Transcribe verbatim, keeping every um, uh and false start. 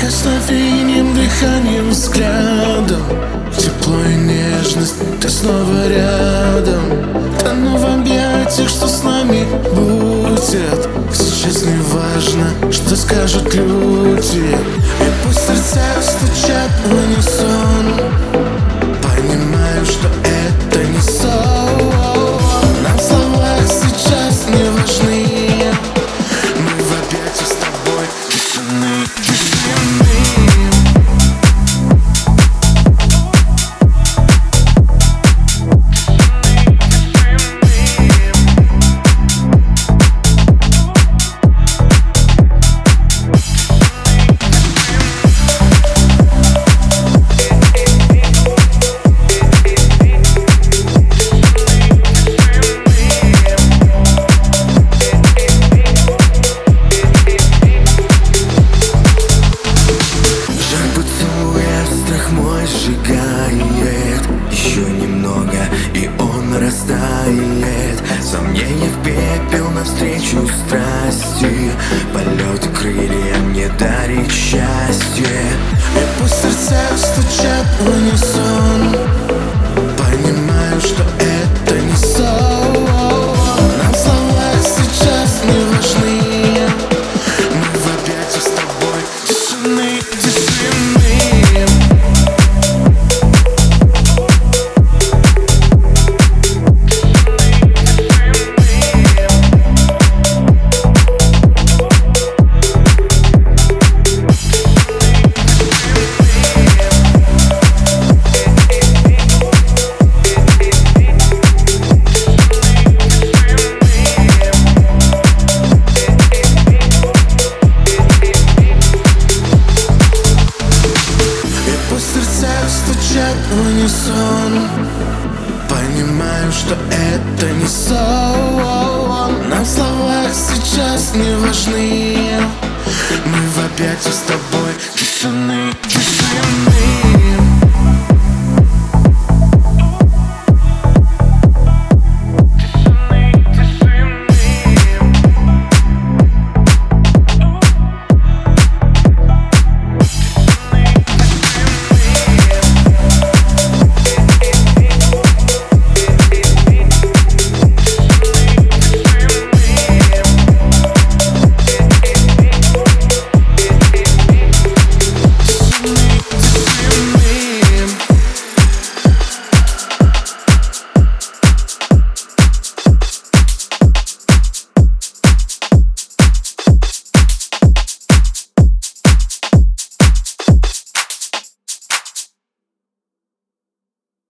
прикосновением, дыханием, взглядом, тепло и нежность, ты снова рядом. Тону в объятиях, что с нами будет. Сейчас не важно, что скажут люди. И пусть сердца стучат в унисон, понимаю, что это не сон. Нам слова сейчас не важны. Мы в объятиях с тобой тишины, тишины. Мой сжигает, еще немного, и он растает. Сомнения в пепел навстречу страсти, полеты крыльям не дарит счастье. И пусть сердца стучат в унисон, понимаю, что это не сон. Нам слова сейчас не важны. Мы в объятиях с тобой тишины, тишины. Стучат в унисон, понимаю, что это не сон. Нам слова сейчас не важны. Мы в объятиях с тобой тишины, тишины.